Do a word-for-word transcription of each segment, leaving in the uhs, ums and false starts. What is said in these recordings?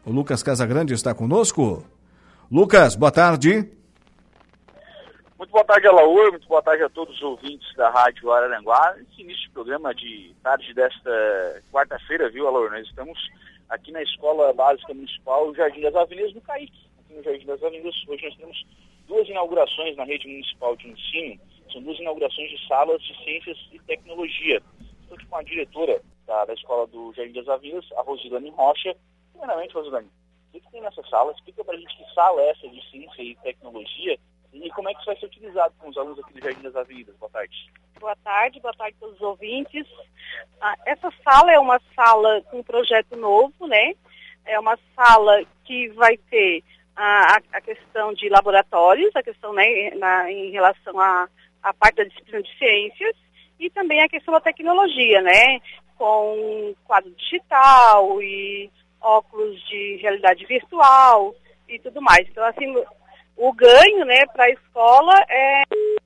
O Lucas Casagrande está conosco. Lucas, boa tarde. Muito boa tarde, Alaor, muito boa tarde a todos os ouvintes da Rádio Araranguá. Esse início de programa de tarde desta quarta-feira, viu, Alaor? Nós estamos aqui na Escola Básica Municipal Jardim das Avenidas, no Caique. Aqui no Jardim das Avenidas, hoje nós temos duas inaugurações na rede municipal de ensino. São duas inaugurações de salas de ciências e tecnologia. Estou aqui com a diretora da, da Escola do Jardim das Avenidas, a Rosilane Rocha. Primeiramente, Rosilane, o que tem nessa sala? Explica para a gente que sala é essa de ciência e tecnologia e como é que isso vai ser utilizado com os alunos aqui do Jardim das Avenidas. Boa tarde. Boa tarde, boa tarde a todos os ouvintes. Ah, essa sala é uma sala com um projeto novo, né? É uma sala que vai ter a, a questão de laboratórios, a questão, né, na, em relação à a, a parte da disciplina de ciências e também a questão da tecnologia, né? Com quadro digital e óculos de realidade virtual e tudo mais. Então, assim, o ganho, né, para a escola é...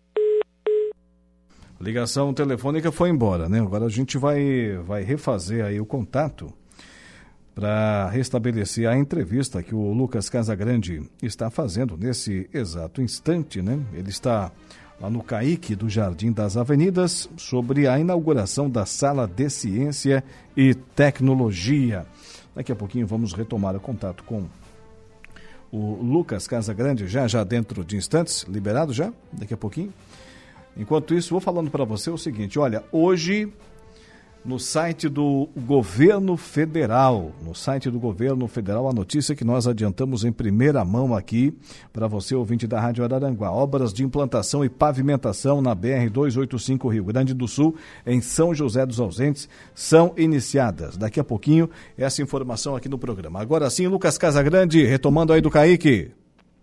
A ligação telefônica foi embora, né? Agora a gente vai, vai refazer aí o contato para restabelecer a entrevista que o Lucas Casagrande está fazendo nesse exato instante, né? Ele está lá no Caique do Jardim das Avenidas sobre a inauguração da Sala de Ciência e Tecnologia. Daqui a pouquinho vamos retomar o contato com o Lucas Casagrande, já já dentro de instantes, liberado já, daqui a pouquinho. Enquanto isso, vou falando para você o seguinte, olha, hoje no site do Governo Federal, no site do Governo Federal, a notícia que nós adiantamos em primeira mão aqui para você, ouvinte da Rádio Araranguá. Obras de implantação e pavimentação na B R duzentos e oitenta e cinco Rio Grande do Sul, em São José dos Ausentes, são iniciadas. Daqui a pouquinho, essa informação aqui no programa. Agora sim, Lucas Casagrande, retomando aí do Caique.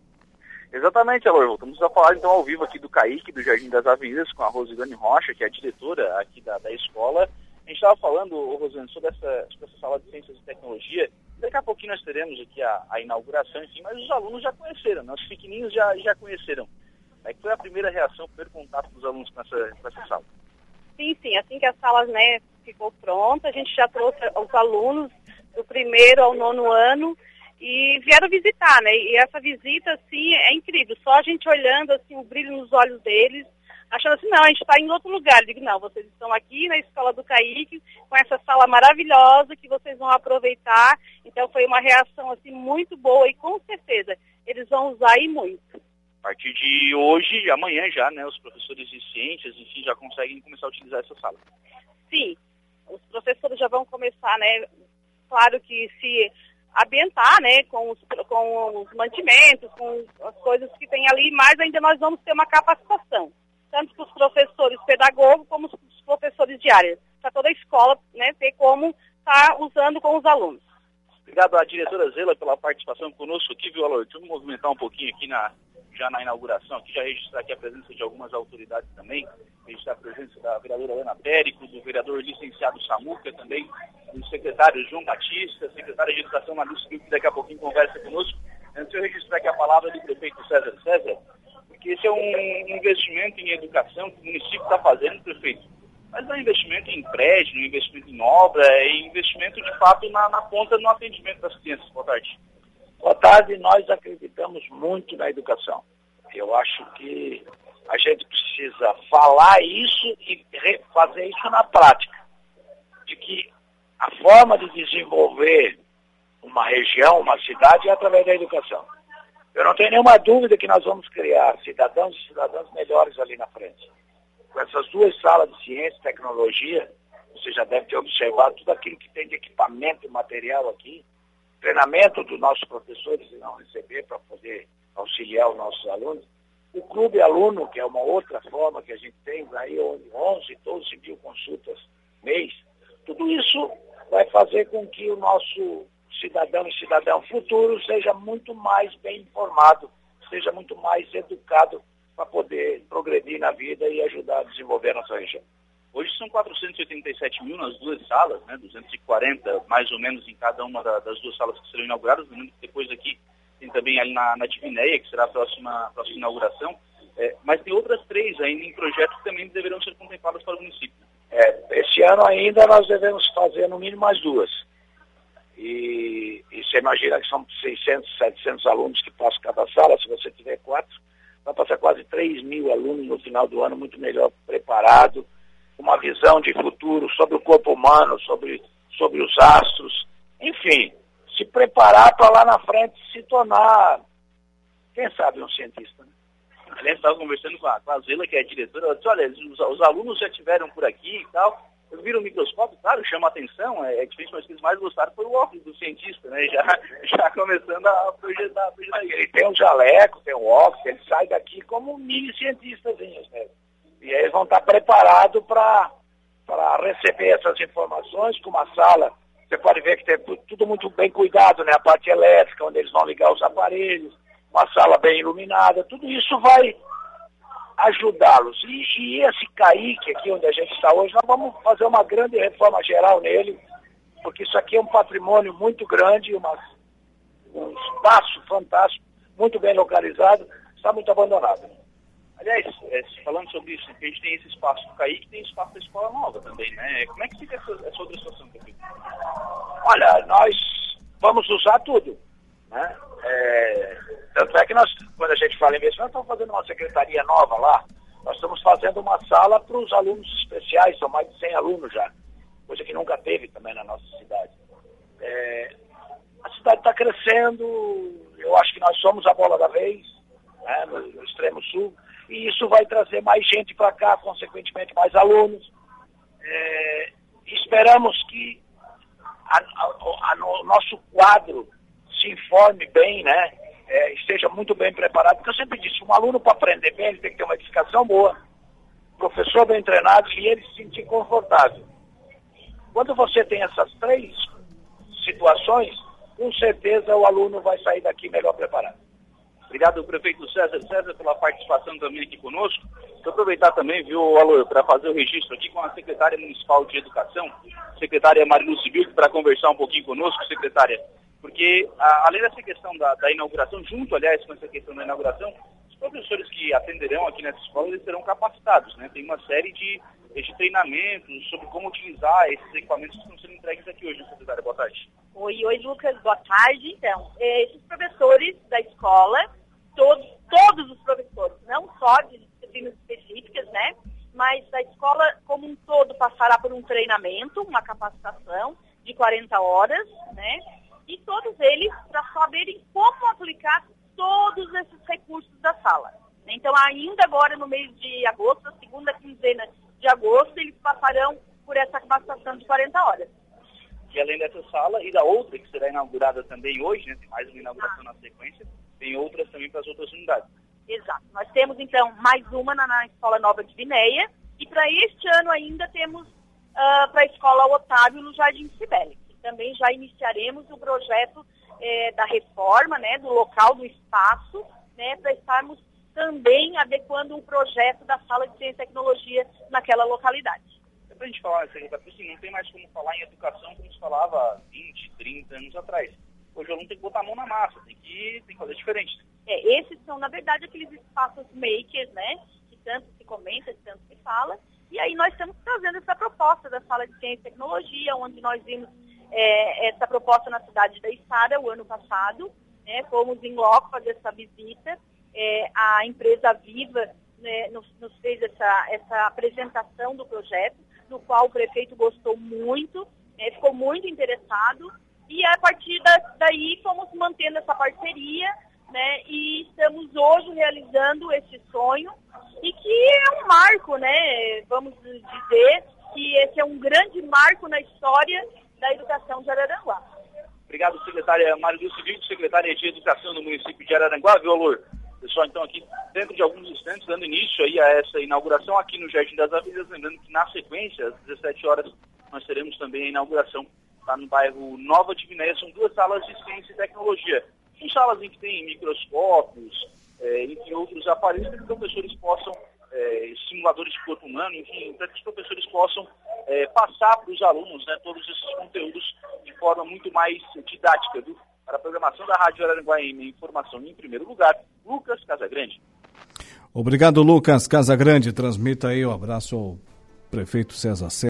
Exatamente, Alô. Voltamos a falar então ao vivo aqui do Caique, do Jardim das Avenidas, com a Rosilane Rocha, que é a diretora aqui da, da escola. A gente estava falando, Rosane, sobre essa, sobre essa sala de ciências e tecnologia. Daqui a pouquinho nós teremos aqui a, a inauguração, enfim, mas os alunos já conheceram, né? Os pequenininhos já, já conheceram. Aí que foi a primeira reação, o primeiro contato dos alunos com essa, com essa sala? Sim, sim. Assim que a sala, né, ficou pronta, a gente já trouxe os alunos do primeiro ao nono ano e vieram visitar, né? E essa visita, assim, é incrível. Só a gente olhando, assim, o brilho nos olhos deles, achando assim, não, a gente está em outro lugar. Eu digo, não, vocês estão aqui na Escola do Caique, com essa sala maravilhosa que vocês vão aproveitar. Então foi uma reação assim muito boa e com certeza eles vão usar e muito. A partir de hoje, amanhã já, né, os professores de ciências, enfim, já conseguem começar a utilizar essa sala. Sim, os professores já vão começar, né, claro que se ambientar, né, com os, com os mantimentos, com as coisas que tem ali, mas ainda nós vamos ter uma capacitação. Tanto para os professores pedagogos como para os professores de área, para toda a escola, né, ter como estar tá usando com os alunos. Obrigado à diretora Zela pela participação conosco aqui, viu, Alô? Deixa eu me movimentar um pouquinho aqui na, já na inauguração, aqui já registrar aqui a presença de algumas autoridades também, registrar a presença da vereadora Ana Périco, do vereador licenciado Samuca também, do secretário João Batista, secretário de Educação Maurício Gil, que daqui a pouquinho conversa conosco. Antes de eu registrar aqui a palavra do prefeito César César, porque esse é um investimento em educação que o município está fazendo, prefeito. Mas não é investimento em prédio, não é investimento em obra, é investimento, de fato, na, na ponta no atendimento das crianças. Boa tarde. Boa tarde. Nós acreditamos muito na educação. Eu acho que a gente precisa falar isso e fazer isso na prática. De que a forma de desenvolver uma região, uma cidade, é através da educação. Eu não tenho nenhuma dúvida que nós vamos criar cidadãos e cidadãs melhores ali na frente. Com essas duas salas de ciência e tecnologia, você já deve ter observado tudo aquilo que tem de equipamento e material aqui, treinamento dos nossos professores irão receber para poder auxiliar os nossos alunos. O Clube Aluno, que é uma outra forma que a gente tem, aí onze, doze mil consultas mês, tudo isso vai fazer com que o nosso cidadão e cidadão futuro seja muito mais bem informado, seja muito mais educado para poder progredir na vida e ajudar a desenvolver a nossa região. Hoje são quatrocentos e oitenta e sete mil nas duas salas, né, duzentos e quarenta mais ou menos em cada uma da, das duas salas que serão inauguradas. Depois aqui tem também ali na, na Divinéia, que será a próxima, a próxima inauguração. É, mas tem outras três ainda em projeto que também deverão ser contempladas para o município. É, esse ano ainda nós devemos fazer no mínimo mais duas. E, e você imagina que são seiscentos, setecentos alunos que passam cada sala, se você tiver quatro, vai passar quase três mil alunos no final do ano, muito melhor preparado, uma visão de futuro sobre o corpo humano, sobre, sobre os astros, enfim, se preparar para lá na frente se tornar, quem sabe, um cientista, né? Aliás, estava conversando com a, com a Zela, que é a diretora, ela disse, olha, os, os alunos já estiveram por aqui e tal, eu vi o microscópio, claro, chama a atenção, é, é diferente, mas o que eles mais gostaram foi o óculos do cientista, né, já, já começando a projetar. A projetar ele tem um jaleco, tem um óculos, ele sai daqui como mini cientistazinhos, né? E aí eles vão estar preparados para receber essas informações, com uma sala, você pode ver que tem tudo muito bem cuidado, né, a parte elétrica, onde eles vão ligar os aparelhos, uma sala bem iluminada, tudo isso vai ajudá-los. E, e esse Caique aqui, onde a gente está hoje, nós vamos fazer uma grande reforma geral nele, porque isso aqui é um patrimônio muito grande, uma, um espaço fantástico, muito bem localizado, está muito abandonado. Aliás, é, falando sobre isso, a gente tem esse espaço do Caique, tem espaço da Escola Nova também, né? Como é que fica essa, essa outra situação, Caique? Olha, nós vamos usar tudo, né? É, tanto é que nós, quando a gente fala em investimento, nós estamos fazendo uma secretaria nova lá, nós estamos fazendo uma sala para os alunos especiais, são mais de cem alunos já, coisa que nunca teve também na nossa cidade. É, a cidade está crescendo, eu acho que nós somos a bola da vez, né, no, no extremo sul, e isso vai trazer mais gente para cá, consequentemente mais alunos. É, esperamos que a, a, a, no, nosso quadro se informe bem, né? É, esteja muito bem preparado, porque eu sempre disse, um aluno para aprender bem, ele tem que ter uma edificação boa, professor bem treinado e ele se sentir confortável. Quando você tem essas três situações, com certeza o aluno vai sair daqui melhor preparado. Obrigado, prefeito César César, pela participação também aqui conosco. Vou aproveitar também, viu, Alô, para fazer o registro aqui com a secretária municipal de educação, secretária Marilúcia Birk, para conversar um pouquinho conosco, secretária. Porque, a, além dessa questão da, da inauguração, junto, aliás, com essa questão da inauguração, os professores que atenderão aqui nessa escola, eles serão capacitados, né? Tem uma série de, de treinamentos sobre como utilizar esses equipamentos que estão sendo entregues aqui hoje, secretária. Boa tarde. Oi, oi, Lucas. Boa tarde. Então, esses professores da escola, todos, todos os professores, não só de disciplinas específicas, né? Mas a escola como um todo passará por um treinamento, uma capacitação de quarenta horas, né? E todos eles para saberem como aplicar todos esses recursos da sala. Então, ainda agora no mês de agosto, a segunda quinzena de agosto, eles passarão por essa capacitação de quarenta horas. E além dessa sala e da outra, que será inaugurada também hoje, né, tem mais uma inauguração ah. na sequência, tem outras também para as outras unidades. Exato. Nós temos, então, mais uma na, na Escola Nova de Vinéia, e para este ano ainda temos uh, para a Escola Otávio no Jardim Cibele. Também já iniciaremos o projeto eh, da reforma, né, do local, do espaço, né, para estarmos também adequando o projeto da sala de ciência e tecnologia naquela localidade. É para a gente falar, secretário, assim, não tem mais como falar em educação como se falava há vinte, trinta anos atrás. Hoje o aluno tem que botar a mão na massa, tem que, tem que fazer diferente. É, esses são, na verdade, aqueles espaços makers, né, que tanto se comenta, que tanto se fala, e aí nós estamos trazendo essa proposta da sala de ciência e tecnologia, onde nós vimos É, essa proposta na cidade da Içara o ano passado, né, fomos em loco fazer essa visita, é, a empresa Viva, né, nos, nos fez essa, essa apresentação do projeto, do qual o prefeito gostou muito, né, ficou muito interessado, e a partir da, daí fomos mantendo essa parceria, né, e estamos hoje realizando esse sonho, e que é um marco, né, vamos dizer que esse é um grande marco na história da educação de Araranguá. Obrigado, secretária Marilúcia Birk, secretária de Educação do município de Araranguá, viu, Alô? Pessoal, então aqui dentro de alguns instantes, dando início aí a essa inauguração aqui no Jardim das Avenidas, lembrando que na sequência, às dezessete horas, nós teremos também a inauguração lá no bairro Nova de Vinéia. São duas salas de ciência e tecnologia. São salas em que tem microscópios, é, entre outros aparelhos, para que os professores possam, é, simuladores de corpo humano, enfim, para que os professores possam é, passar para os alunos, né, todos esses conteúdos de forma muito mais didática. Viu? Para a programação da Rádio Araranguá M, informação em primeiro lugar, Lucas Casagrande. Obrigado, Lucas Casagrande. Transmita aí o um abraço ao prefeito César César.